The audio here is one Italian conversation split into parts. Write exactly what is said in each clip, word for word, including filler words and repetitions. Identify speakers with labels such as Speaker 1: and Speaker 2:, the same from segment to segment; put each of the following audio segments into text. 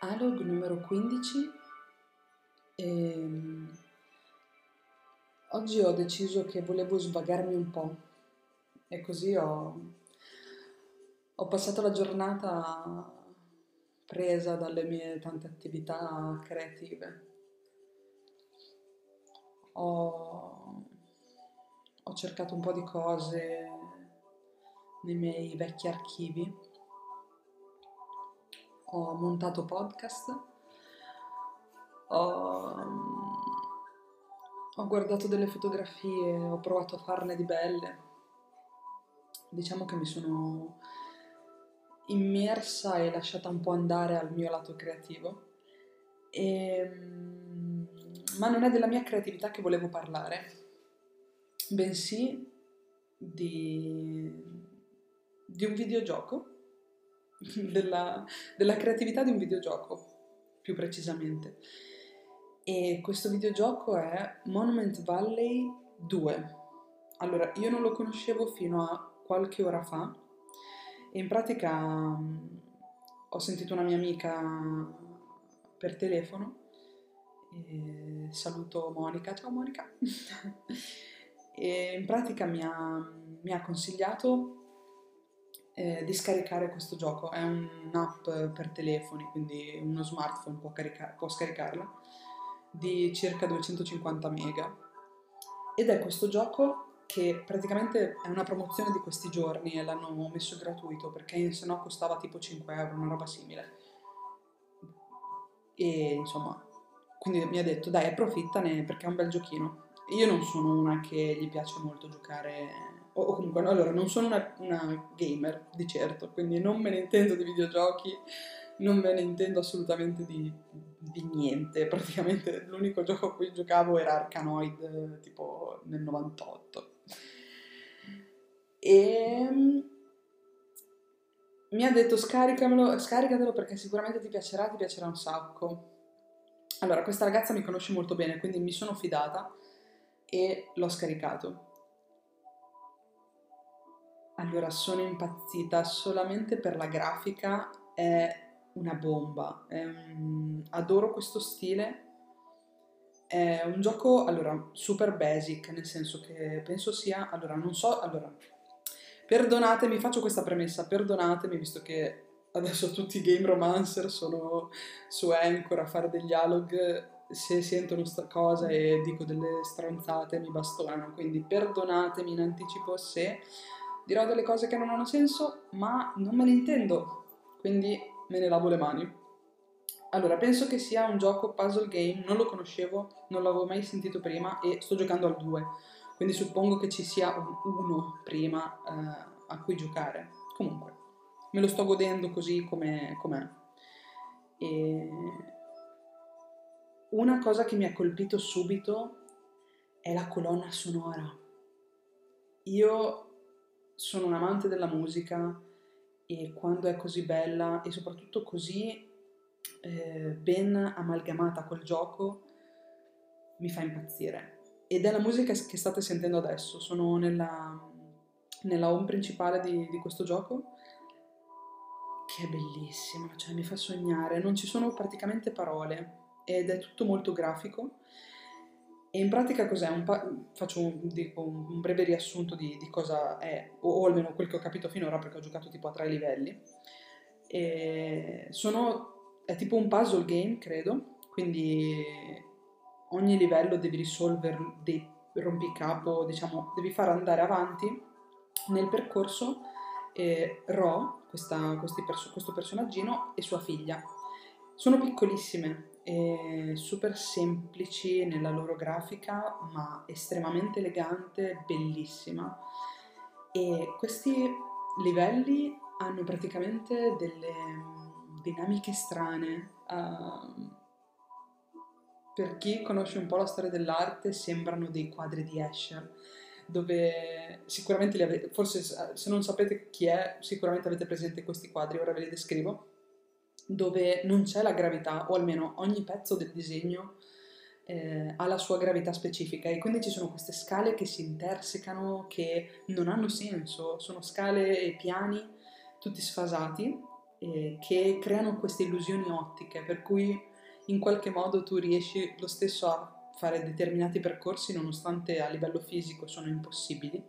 Speaker 1: Alog numero quindici. E oggi ho deciso che volevo svagarmi un po' e così ho, ho passato la giornata presa dalle mie tante attività creative. Ho, ho cercato un po' di cose nei miei vecchi archivi, ho montato podcast, ho, ho guardato delle fotografie, ho provato a farne di belle. Diciamo che mi sono immersa e lasciata un po' andare al mio lato creativo. E, ma non è della mia creatività che volevo parlare, bensì di, di un videogioco, della, della creatività di un videogioco, più precisamente. E questo videogioco è Monument Valley due. Allora, io non lo conoscevo fino a qualche ora fa e in pratica mh, ho sentito una mia amica per telefono e saluto Monica, ciao Monica, e in pratica mi ha, mi ha consigliato eh, di scaricare questo gioco. È un'app per telefoni, quindi uno smartphone può, carica- può scaricarla, di circa duecentocinquanta mega. Ed è questo gioco che praticamente è una promozione di questi giorni e l'hanno messo gratuito perché se no costava tipo cinque euro, una roba simile. E insomma, quindi mi ha detto dai, approfittane perché è un bel giochino. Io non sono una che gli piace molto giocare, o, o comunque, no, allora, non sono una, una gamer di certo, quindi non me ne intendo di videogiochi, non me ne intendo assolutamente di, di niente. Praticamente l'unico gioco a cui giocavo era Arkanoid, eh, tipo nel novantotto. E mi ha detto scaricamelo, scaricatelo perché sicuramente ti piacerà, ti piacerà un sacco. Allora, questa ragazza mi conosce molto bene, quindi mi sono fidata e l'ho scaricato. Allora, sono impazzita solamente per la grafica, è una bomba. È un- Adoro questo stile. È un gioco, allora, super basic, nel senso che penso sia, allora, non so, allora, perdonatemi, faccio questa premessa, perdonatemi, visto che adesso tutti i game romancer sono su Anchor a fare degli dialog, se sentono sta cosa e dico delle stronzate mi bastonano, quindi perdonatemi in anticipo se dirò delle cose che non hanno senso, ma non me ne intendo, quindi me ne lavo le mani. Allora, penso che sia un gioco puzzle game, non lo conoscevo, non l'avevo mai sentito prima e sto giocando al due, quindi suppongo che ci sia un uno prima eh, a cui giocare. Comunque, me lo sto godendo così come com'è. E una cosa che mi ha colpito subito è la colonna sonora. Io sono un amante della musica e quando è così bella e soprattutto così eh, ben amalgamata col gioco mi fa impazzire. Ed è la musica che state sentendo adesso. Sono nella, nella home principale di, di questo gioco, che è bellissima, cioè mi fa sognare. Non ci sono praticamente parole ed è tutto molto grafico. E in pratica cos'è? Un pa- faccio un, dico, un breve riassunto di, di cosa è, o, o almeno quel che ho capito finora, perché ho giocato tipo a tre livelli. E sono, è tipo un puzzle game, credo, quindi ogni livello devi risolvere dei rompicapo, diciamo, devi far andare avanti nel percorso eh, Ro, questa- questi perso- questo personaggino, e sua figlia. Sono piccolissime e super semplici nella loro grafica, ma estremamente elegante, bellissima. E questi livelli hanno praticamente delle mm, dinamiche strane. ehm, per chi conosce un po' la storia dell'arte, sembrano dei quadri di Escher, dove sicuramente li avete, forse se non sapete chi è, sicuramente avete presente questi quadri, ora ve li descrivo, dove non c'è la gravità, o almeno ogni pezzo del disegno eh, ha la sua gravità specifica e quindi ci sono queste scale che si intersecano, che non hanno senso, sono scale e piani tutti sfasati eh, che creano queste illusioni ottiche, per cui in qualche modo tu riesci lo stesso a fare determinati percorsi nonostante a livello fisico sono impossibili.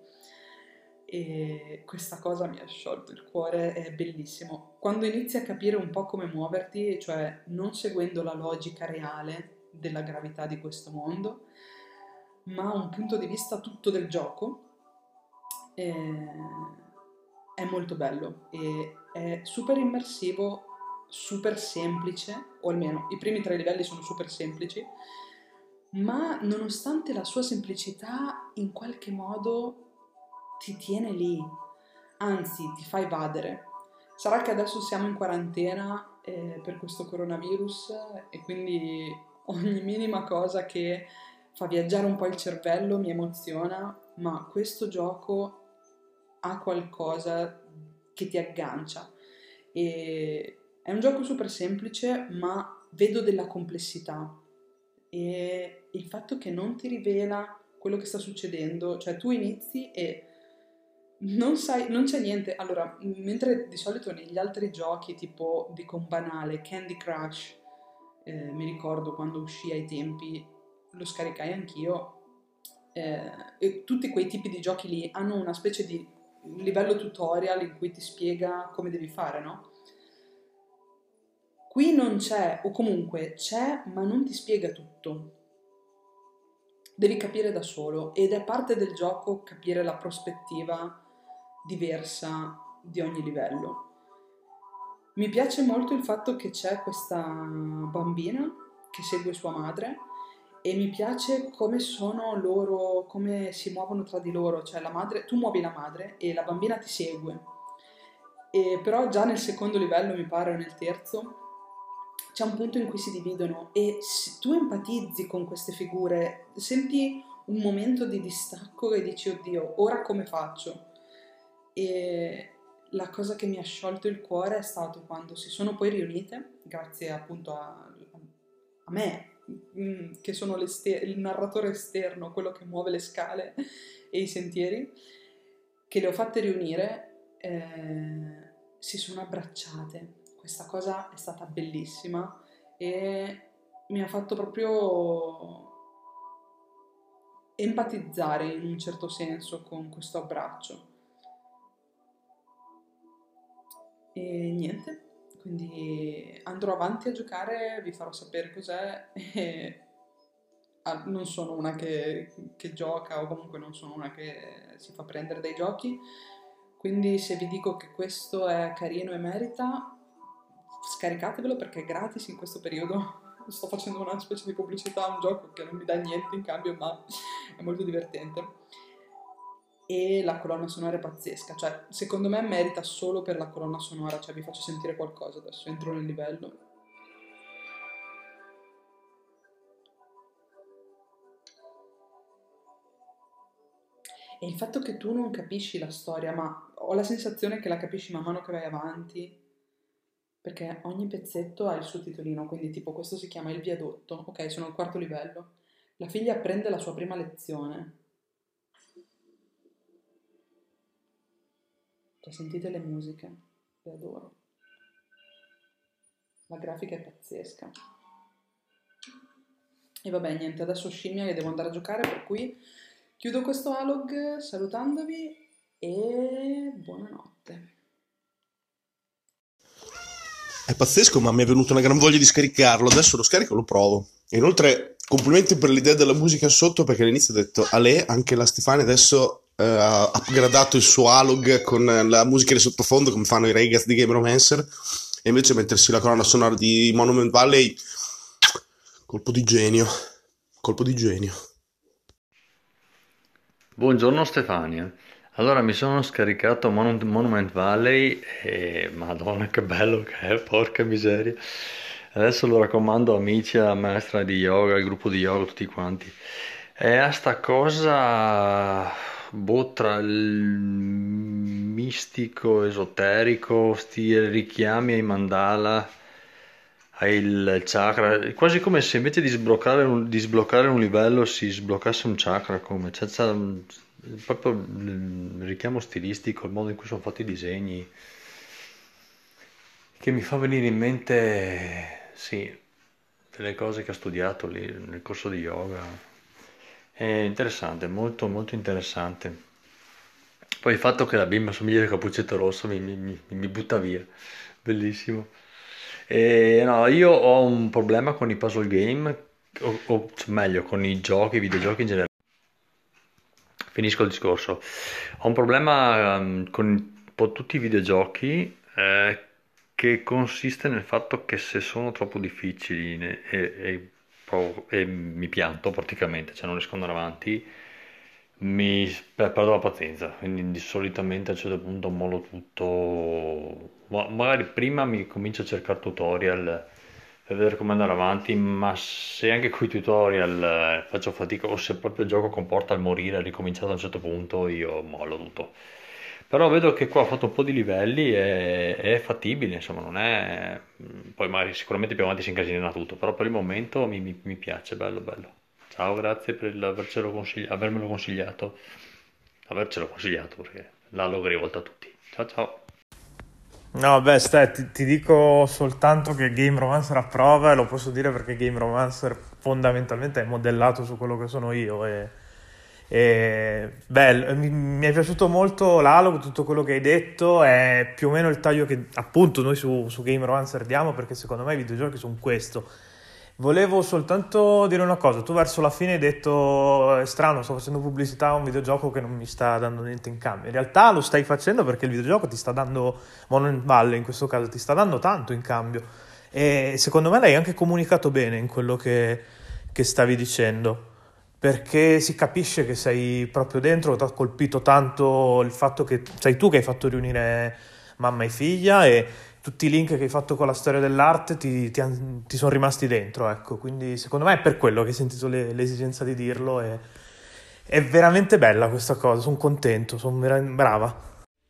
Speaker 1: E questa cosa mi ha sciolto il cuore, è bellissimo. Quando inizi a capire un po' come muoverti, cioè non seguendo la logica reale della gravità di questo mondo, ma un punto di vista tutto del gioco, eh, è molto bello e è super immersivo, super semplice, o almeno i primi tre livelli sono super semplici, ma nonostante la sua semplicità in qualche modo ti tiene lì, anzi ti fa evadere. Sarà che adesso siamo in quarantena eh, per questo coronavirus e quindi ogni minima cosa che fa viaggiare un po' il cervello mi emoziona, ma questo gioco ha qualcosa che ti aggancia. E è un gioco super semplice, ma vedo della complessità e il fatto che non ti rivela quello che sta succedendo, cioè tu inizi e non sai, non c'è niente. Allora, mentre di solito negli altri giochi, tipo dico un banale, Candy Crush, eh, mi ricordo quando uscì ai tempi, lo scaricai anch'io, eh, e tutti quei tipi di giochi lì hanno una specie di livello tutorial in cui ti spiega come devi fare, no? Qui non c'è, o comunque c'è, ma non ti spiega tutto. Devi capire da solo ed è parte del gioco capire la prospettiva diversa di ogni livello. Mi piace molto il fatto che c'è questa bambina che segue sua madre e mi piace come sono loro, come si muovono tra di loro, cioè la madre, tu muovi la madre e la bambina ti segue. E però già nel secondo livello, mi pare, o nel terzo, c'è un punto in cui si dividono e se tu empatizzi con queste figure, senti un momento di distacco e dici, oddio, ora come faccio? E la cosa che mi ha sciolto il cuore è stato quando si sono poi riunite, grazie appunto a, a me, mm, che sono l'este- il narratore esterno, quello che muove le scale e i sentieri, che le ho fatte riunire, eh, si sono abbracciate. Questa cosa è stata bellissima e mi ha fatto proprio empatizzare in un certo senso con questo abbraccio. E niente, quindi andrò avanti a giocare, vi farò sapere cos'è. E ah, non sono una che, che gioca o comunque non sono una che si fa prendere dai giochi, quindi se vi dico che questo è carino e merita, scaricatevelo perché è gratis in questo periodo. Sto facendo una specie di pubblicità a un gioco che non mi dà niente in cambio, ma è molto divertente. E la colonna sonora è pazzesca, cioè secondo me merita solo per la colonna sonora, cioè vi faccio sentire qualcosa adesso, entro nel livello. E il fatto che tu non capisci la storia, ma ho la sensazione che la capisci man mano che vai avanti, perché ogni pezzetto ha il suo titolino, quindi tipo questo si chiama Il viadotto, ok, sono al quarto livello. La figlia apprende la sua prima lezione, cioè sentite le musiche, le adoro. La grafica è pazzesca. E vabbè, niente, adesso scimmia che devo andare a giocare, per cui chiudo questo alog salutandovi e buonanotte.
Speaker 2: È pazzesco, ma mi è venuta una gran voglia di scaricarlo. Adesso lo scarico e lo provo. E inoltre, complimenti per l'idea della musica sotto, perché all'inizio ho detto a lei, anche la Stefani adesso eh, ha upgradato il suo alog con la musica di sottofondo, come fanno i ragazzi di Game Romancer. E invece mettersi la colonna sonora di Monument Valley, colpo di genio. Colpo di genio.
Speaker 3: Buongiorno Stefania. Allora mi sono scaricato Monu- Monument Valley e Madonna che bello che è, porca miseria. Adesso lo raccomando a amici, a maestra di yoga, al gruppo di yoga, tutti quanti. È a sta cosa, boh, tra il mistico, esoterico, sti richiami ai mandala, hai il chakra, quasi come se invece di sbloccare un, di sbloccare un livello si sbloccasse un chakra, come c'è, c'è un- proprio il richiamo stilistico, il modo in cui sono fatti i disegni, che che mi fa venire in mente, sì, delle cose che ho studiato lì nel corso di yoga. È interessante, molto molto interessante. Poi il fatto che la bimba somiglia al cappuccetto rosso mi, mi- mi- mi butta via, bellissimo. E, no, io ho un problema con i puzzle game, o, o meglio, con i giochi, i videogiochi in generale. Finisco il discorso. Ho un problema ehm, con un po' tutti i videogiochi eh, che consiste nel fatto che se sono troppo difficili ne- e, e provo- e mi pianto praticamente, cioè non riesco ad andare avanti, mi per- perdo la pazienza. Quindi di- solitamente a un certo punto mollo tutto. Ma- magari prima mi comincio a cercare tutorial per vedere come andare avanti, ma se anche con i tutorial eh, faccio fatica o se proprio il gioco comporta il morire, ricominciato a un certo punto, io mollo tutto. Però vedo che qua ho fatto un po' di livelli e è fattibile, insomma, non è. Poi magari sicuramente più avanti si incasinerà tutto, però per il momento mi, mi- mi piace, bello bello. Ciao, grazie per il- avercelo consigli- avermelo consigliato, avercelo consigliato perché là l'ho rivolta a tutti. Ciao ciao.
Speaker 4: No, beh, stai, ti, ti dico soltanto che Game Romancer approva e lo posso dire perché Game Romancer fondamentalmente è modellato su quello che sono io e, e bello, mi, mi è piaciuto molto l'Alog, tutto quello che hai detto è più o meno il taglio che appunto noi su, su Game Romancer diamo perché secondo me i videogiochi sono questo. Volevo soltanto dire una cosa, tu verso la fine hai detto è strano, sto facendo pubblicità a un videogioco che non mi sta dando niente in cambio. In realtà lo stai facendo perché il videogioco ti sta dando, Monument Valley in questo caso, ti sta dando tanto in cambio. E secondo me l'hai anche comunicato bene in quello che, che stavi dicendo, perché si capisce che sei proprio dentro, ti ha colpito tanto il fatto che sei tu che hai fatto riunire mamma e figlia e tutti i link che hai fatto con la storia dell'arte ti, ti han- ti sono rimasti dentro, ecco, quindi secondo me è per quello che hai sentito le- l'esigenza di dirlo e è veramente bella questa cosa, sono contento, sono vera- brava.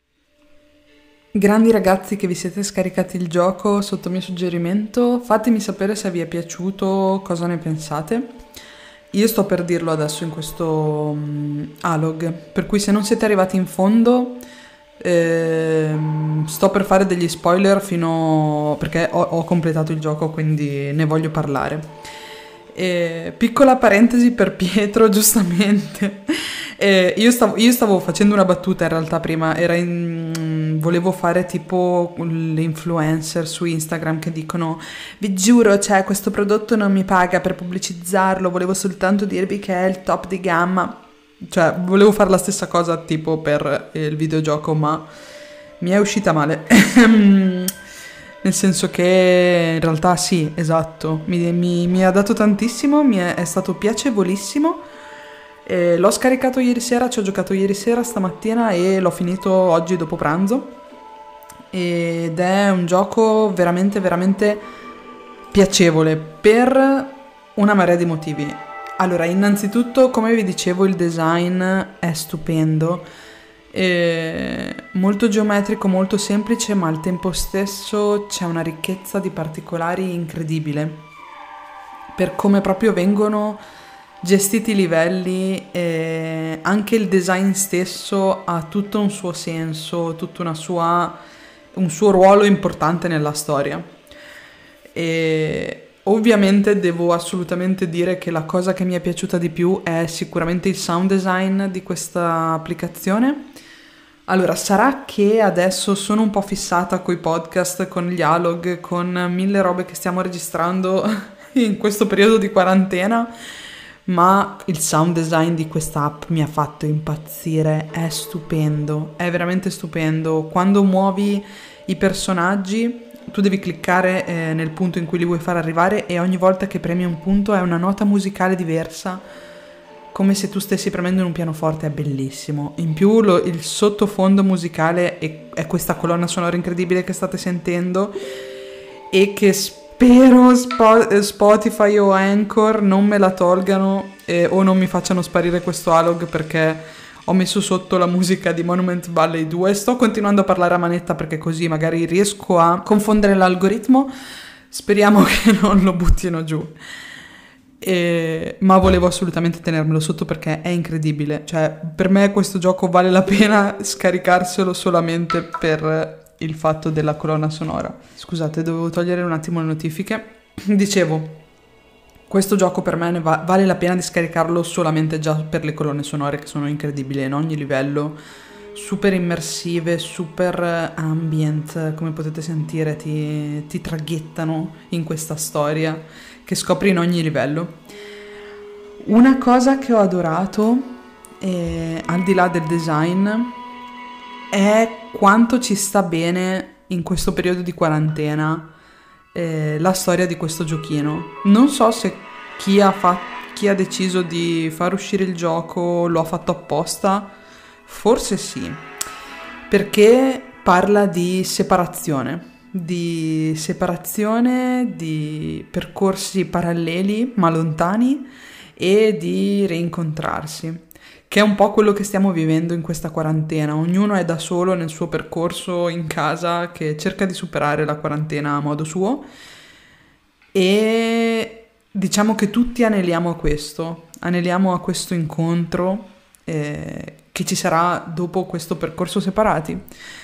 Speaker 1: Grandi ragazzi che vi siete scaricati il gioco sotto mio suggerimento, fatemi sapere se vi è piaciuto, cosa ne pensate. Io sto per dirlo adesso in questo mm, Alog, per cui se non siete arrivati in fondo, ehm, sto per fare degli spoiler fino perché ho, ho completato il gioco, quindi ne voglio parlare. E, piccola parentesi per Pietro, giustamente. E io, stavo, io stavo facendo una battuta in realtà prima, era in- volevo fare tipo le influencer su Instagram che dicono vi giuro, cioè questo prodotto non mi paga per pubblicizzarlo, volevo soltanto dirvi che è il top di gamma. Cioè, volevo fare la stessa cosa tipo per il videogioco, ma mi è uscita male. Nel senso che in realtà sì, esatto, mi, mi- mi ha dato tantissimo, mi è, è stato piacevolissimo. E l'ho scaricato ieri sera, ci ho giocato ieri sera, stamattina e l'ho finito oggi dopo pranzo. Ed è un gioco veramente, veramente piacevole per una marea di motivi. Allora, innanzitutto, come vi dicevo, il design è stupendo, è molto geometrico, molto semplice, ma al tempo stesso c'è una ricchezza di particolari incredibile per come proprio vengono gestiti i livelli e anche il design stesso ha tutto un suo senso, tutta una sua, un suo ruolo importante nella storia. E ovviamente devo assolutamente dire che la cosa che mi è piaciuta di più è sicuramente il sound design di questa applicazione. Allora, sarà che adesso sono un po' fissata coi podcast, con gli Alog, con mille robe che stiamo registrando in questo periodo di quarantena, ma il sound design di questa app mi ha fatto impazzire, è stupendo, è veramente stupendo. Quando muovi i personaggi, tu devi cliccare eh, nel punto in cui li vuoi far arrivare e ogni volta che premi un punto è una nota musicale diversa, come se tu stessi premendo in un pianoforte, è bellissimo. In più lo- il sottofondo musicale è, è questa colonna sonora incredibile che state sentendo e che spero Spo- eh, Spotify o Anchor non me la tolgano eh, o non mi facciano sparire questo Alog perché ho messo sotto la musica di Monument Valley due. Sto continuando a parlare a manetta perché così magari riesco a confondere l'algoritmo. Speriamo che non lo buttino giù. E- ma volevo assolutamente tenermelo sotto perché è incredibile. Cioè, per me questo gioco vale la pena scaricarselo solamente per il fatto della colonna sonora. Scusate, dovevo togliere un attimo le notifiche. Dicevo, questo gioco per me ne va- vale la pena di scaricarlo solamente già per le colonne sonore che sono incredibili in ogni livello, super immersive, super ambient, come potete sentire, ti, ti traghettano in questa storia che scopri in ogni livello. Una cosa che ho adorato, eh, al di là del design, è quanto ci sta bene in questo periodo di quarantena eh, la storia di questo giochino. Non so se chi ha, fa- chi ha deciso di far uscire il gioco lo ha fatto apposta, forse sì, perché parla di separazione, di separazione, di percorsi paralleli ma lontani e di rincontrarsi, che è un po' quello che stiamo vivendo in questa quarantena. Ognuno è da solo nel suo percorso in casa che cerca di superare la quarantena a modo suo e diciamo che tutti aneliamo a questo, aneliamo a questo incontro eh, che ci sarà dopo questo percorso separati.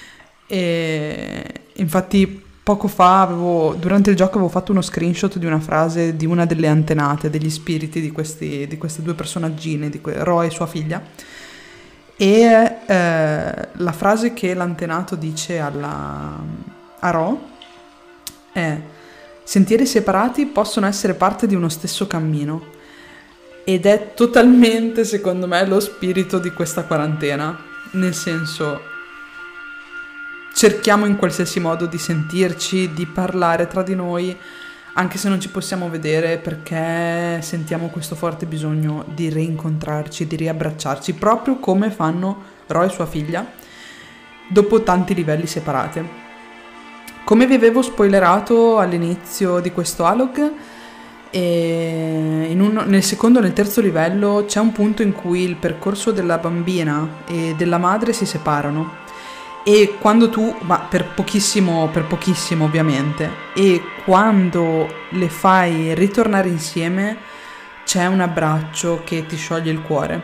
Speaker 1: E infatti poco fa avevo, durante il gioco avevo fatto uno screenshot di una frase di una delle antenate, degli spiriti di questi, di queste due personaggine, di que- Ro e sua figlia, e eh, la frase che l'antenato dice alla, a Ro è: sentieri separati possono essere parte di uno stesso cammino, ed è totalmente, secondo me, lo spirito di questa quarantena, nel senso, cerchiamo in qualsiasi modo di sentirci, di parlare tra di noi, anche se non ci possiamo vedere, perché sentiamo questo forte bisogno di rincontrarci, di riabbracciarci, proprio come fanno Ro e sua figlia, dopo tanti livelli separati. Come vi avevo spoilerato all'inizio di questo Alog, e in un, nel secondo e nel terzo livello c'è un punto in cui il percorso della bambina e della madre si separano. E quando tu, ma per pochissimo, per pochissimo ovviamente, e quando le fai ritornare insieme c'è un abbraccio che ti scioglie il cuore.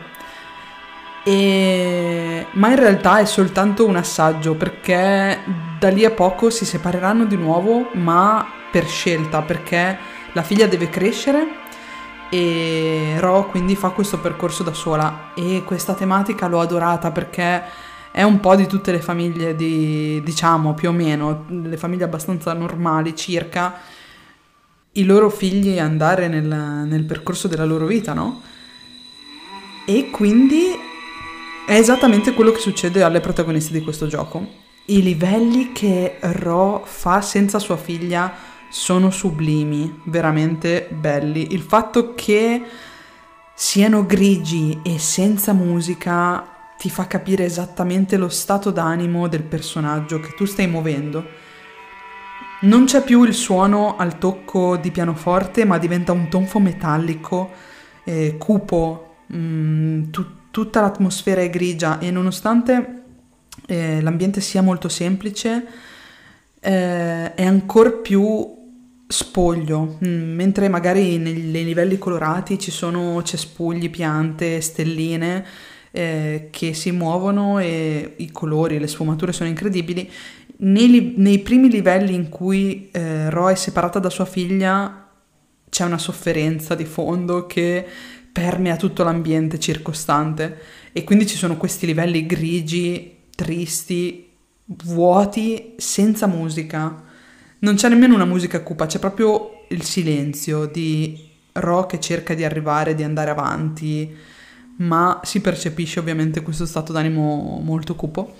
Speaker 1: E... ma in realtà è soltanto un assaggio, perché da lì a poco si separeranno di nuovo, ma per scelta, perché la figlia deve crescere e Ro quindi fa questo percorso da sola. E questa tematica l'ho adorata perché è un po' di tutte le famiglie, di, diciamo, più o meno, le famiglie abbastanza normali circa, i loro figli andare nel, nel percorso della loro vita, no? E quindi è esattamente quello che succede alle protagoniste di questo gioco. I livelli che Ro fa senza sua figlia sono sublimi, veramente belli. Il fatto che siano grigi e senza musica ti fa capire esattamente lo stato d'animo del personaggio che tu stai muovendo. Non c'è più il suono al tocco di pianoforte, ma diventa un tonfo metallico, eh, cupo, mh, tu- tutta l'atmosfera è grigia e nonostante eh, l'ambiente sia molto semplice, eh, è ancora più spoglio, mh, mentre magari nei, nei livelli colorati ci sono cespugli, piante, stelline, Eh, che si muovono e i colori, le sfumature sono incredibili. Nei, li- nei primi livelli in cui eh, Ro è separata da sua figlia c'è una sofferenza di fondo che permea tutto l'ambiente circostante e quindi ci sono questi livelli grigi, tristi, vuoti, senza musica. Non c'è nemmeno una musica cupa, c'è proprio il silenzio di Ro che cerca di arrivare, di andare avanti, ma si percepisce ovviamente questo stato d'animo molto cupo,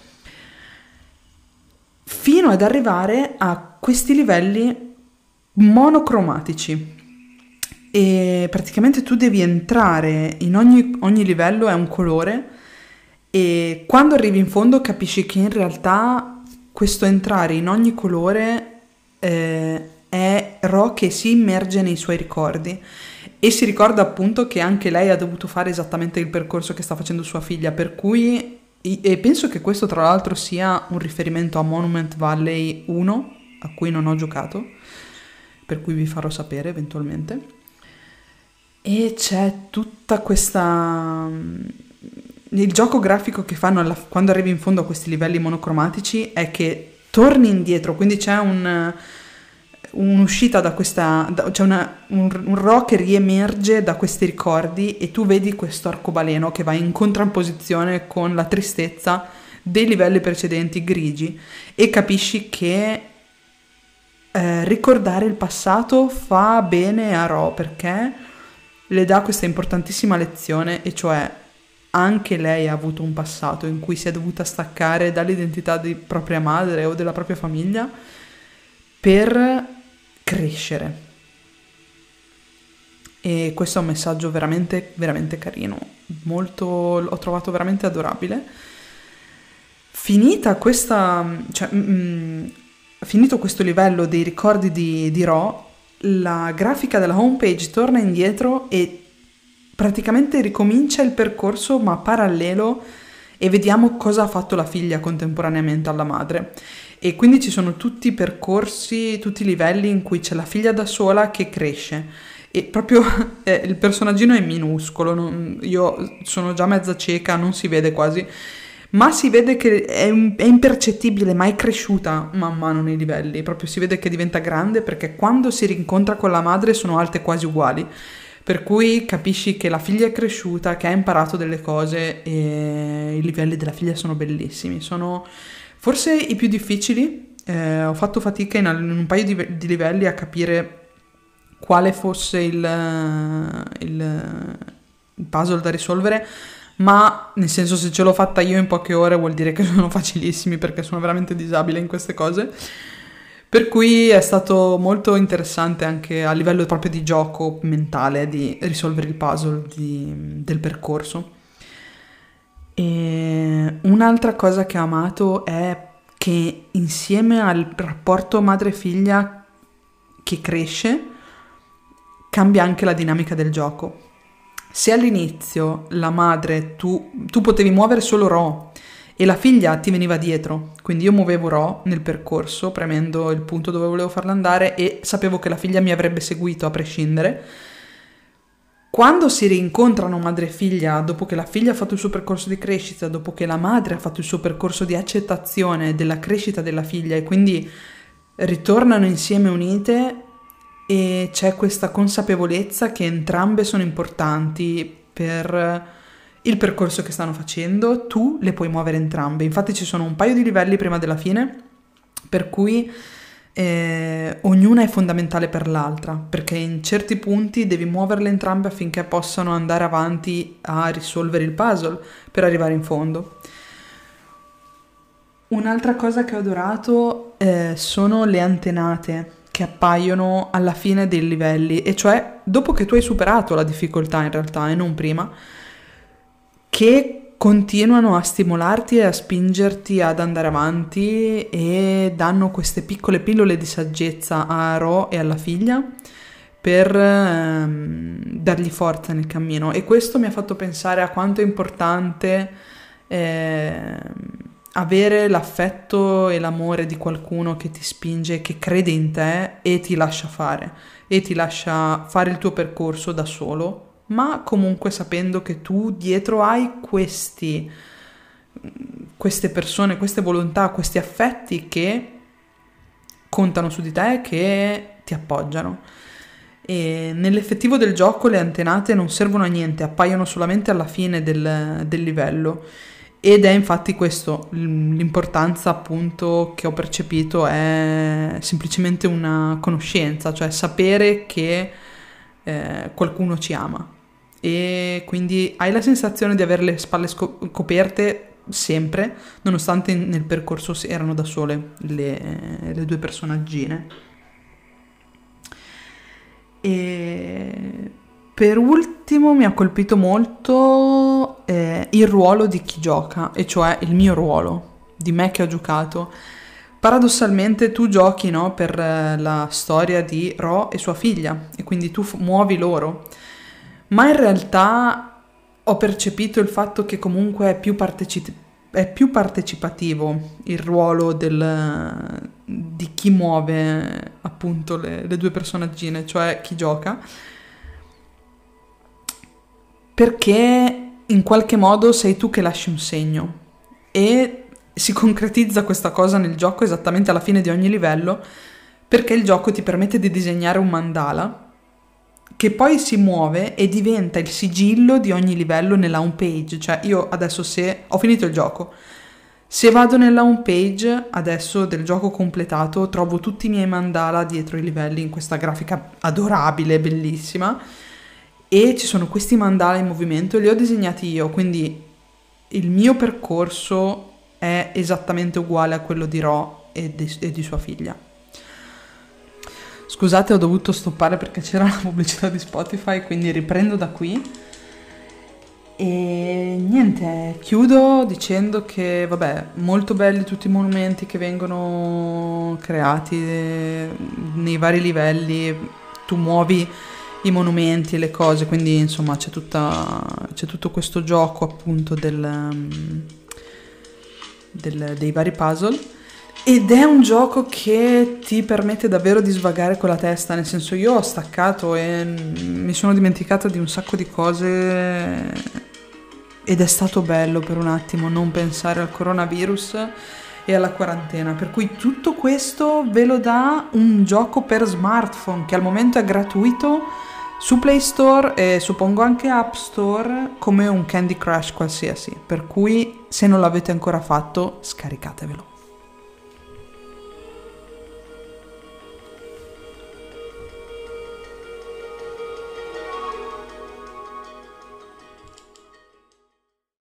Speaker 1: fino ad arrivare a questi livelli monocromatici. E praticamente tu devi entrare in ogni, ogni livello è un colore, e quando arrivi in fondo capisci che in realtà questo entrare in ogni colore eh, è Ro che si immerge nei suoi ricordi. E si ricorda appunto che anche lei ha dovuto fare esattamente il percorso che sta facendo sua figlia, per cui, e penso che questo tra l'altro sia un riferimento a Monument Valley uno, a cui non ho giocato, per cui vi farò sapere eventualmente. E c'è tutta questa... il gioco grafico che fanno alla... quando arrivi in fondo a questi livelli monocromatici è che torni indietro, quindi c'è un, un'uscita da questa, da, c'è una, un, un Ro che riemerge da questi ricordi e tu vedi questo arcobaleno che va in contrapposizione con la tristezza dei livelli precedenti grigi e capisci che eh, ricordare il passato fa bene a Ro perché le dà questa importantissima lezione, e cioè anche lei ha avuto un passato in cui si è dovuta staccare dall'identità di propria madre o della propria famiglia per crescere. E questo è un messaggio veramente, veramente carino, molto, l'ho trovato veramente adorabile. Finita questa, cioè, mm, finito questo livello dei ricordi di, di Ro, la grafica della homepage torna indietro e praticamente ricomincia il percorso ma parallelo, e vediamo cosa ha fatto la figlia contemporaneamente alla madre. E quindi ci sono tutti i percorsi, tutti i livelli in cui c'è la figlia da sola che cresce. E proprio eh, il personaggino è minuscolo, non, io sono già mezza cieca, non si vede quasi, ma si vede che è, è impercettibile, ma è cresciuta man mano nei livelli, proprio si vede che diventa grande perché quando si rincontra con la madre sono alte quasi uguali, per cui capisci che la figlia è cresciuta, che ha imparato delle cose, e i livelli della figlia sono bellissimi, sono forse i più difficili. Eh, ho fatto fatica in, in un paio di, di livelli a capire quale fosse il, il, il puzzle da risolvere, ma nel senso, se ce l'ho fatta io in poche ore vuol dire che sono facilissimi, perché sono veramente disabile in queste cose, per cui è stato molto interessante anche a livello proprio di gioco mentale di risolvere il puzzle di, del percorso. E un'altra cosa che ho amato è che insieme al rapporto madre-figlia che cresce cambia anche la dinamica del gioco. Se all'inizio la madre, tu, tu potevi muovere solo Ro e la figlia ti veniva dietro, quindi io muovevo Ro nel percorso premendo il punto dove volevo farla andare e sapevo che la figlia mi avrebbe seguito a prescindere. Quando si rincontrano madre e figlia, dopo che la figlia ha fatto il suo percorso di crescita, dopo che la madre ha fatto il suo percorso di accettazione della crescita della figlia, e quindi ritornano insieme unite, e c'è questa consapevolezza che entrambe sono importanti per il percorso che stanno facendo, tu le puoi muovere entrambe. Infatti ci sono un paio di livelli prima della fine per cui eh, ognuna è fondamentale per l'altra, perché in certi punti devi muoverle entrambe affinché possano andare avanti a risolvere il puzzle per arrivare in fondo. Un'altra cosa che ho adorato eh, sono le antenate che appaiono alla fine dei livelli, e cioè dopo che tu hai superato la difficoltà in realtà e non prima, che continuano a stimolarti e a spingerti ad andare avanti e danno queste piccole pillole di saggezza a Ro e alla figlia per ehm, dargli forza nel cammino. E questo mi ha fatto pensare a quanto è importante eh, avere l'affetto e l'amore di qualcuno che ti spinge, che crede in te e ti lascia fare, e ti lascia fare il tuo percorso da solo, ma comunque sapendo che tu dietro hai questi, queste persone, queste volontà, questi affetti che contano su di te, che ti appoggiano. E nell'effettivo del gioco le antenate non servono a niente, appaiono solamente alla fine del, del livello. Ed è infatti questo, l'importanza appunto che ho percepito è semplicemente una conoscenza, cioè sapere che eh, qualcuno ci ama, e quindi hai la sensazione di avere le spalle sco- coperte sempre, nonostante nel percorso erano da sole le, le due personaggine. E per ultimo mi ha colpito molto eh, il ruolo di chi gioca, e cioè il mio ruolo, di me che ho giocato. Paradossalmente tu giochi, no, per eh, la storia di Ro e sua figlia, e quindi tu f- muovi loro, ma in realtà ho percepito il fatto che comunque è più, parteci- è più partecipativo il ruolo del, di chi muove appunto le, le due personaggine, cioè chi gioca, perché in qualche modo sei tu che lasci un segno, e si concretizza questa cosa nel gioco esattamente alla fine di ogni livello, perché il gioco ti permette di disegnare un mandala che poi si muove e diventa il sigillo di ogni livello nella home page. Cioè io adesso, se ho finito il gioco, se vado nella home page adesso del gioco completato, trovo tutti i miei mandala dietro i livelli in questa grafica adorabile, bellissima, e ci sono questi mandala in movimento e li ho disegnati io, quindi il mio percorso è esattamente uguale a quello di Ro e di, e di sua figlia. Scusate, ho dovuto stoppare perché c'era la pubblicità di Spotify, quindi riprendo da qui. E niente, chiudo dicendo che, vabbè, molto belli tutti i monumenti che vengono creati nei vari livelli, tu muovi i monumenti e le cose, quindi insomma c'è tutta, c'è tutto questo gioco appunto del, del, dei vari puzzle, ed è un gioco che ti permette davvero di svagare con la testa, nel senso, io ho staccato e mi sono dimenticata di un sacco di cose ed è stato bello per un attimo non pensare al coronavirus e alla quarantena, per cui tutto questo ve lo dà un gioco per smartphone che al momento è gratuito su Play Store e suppongo anche App Store, come un Candy Crush qualsiasi, per cui se non l'avete ancora fatto scaricatevelo.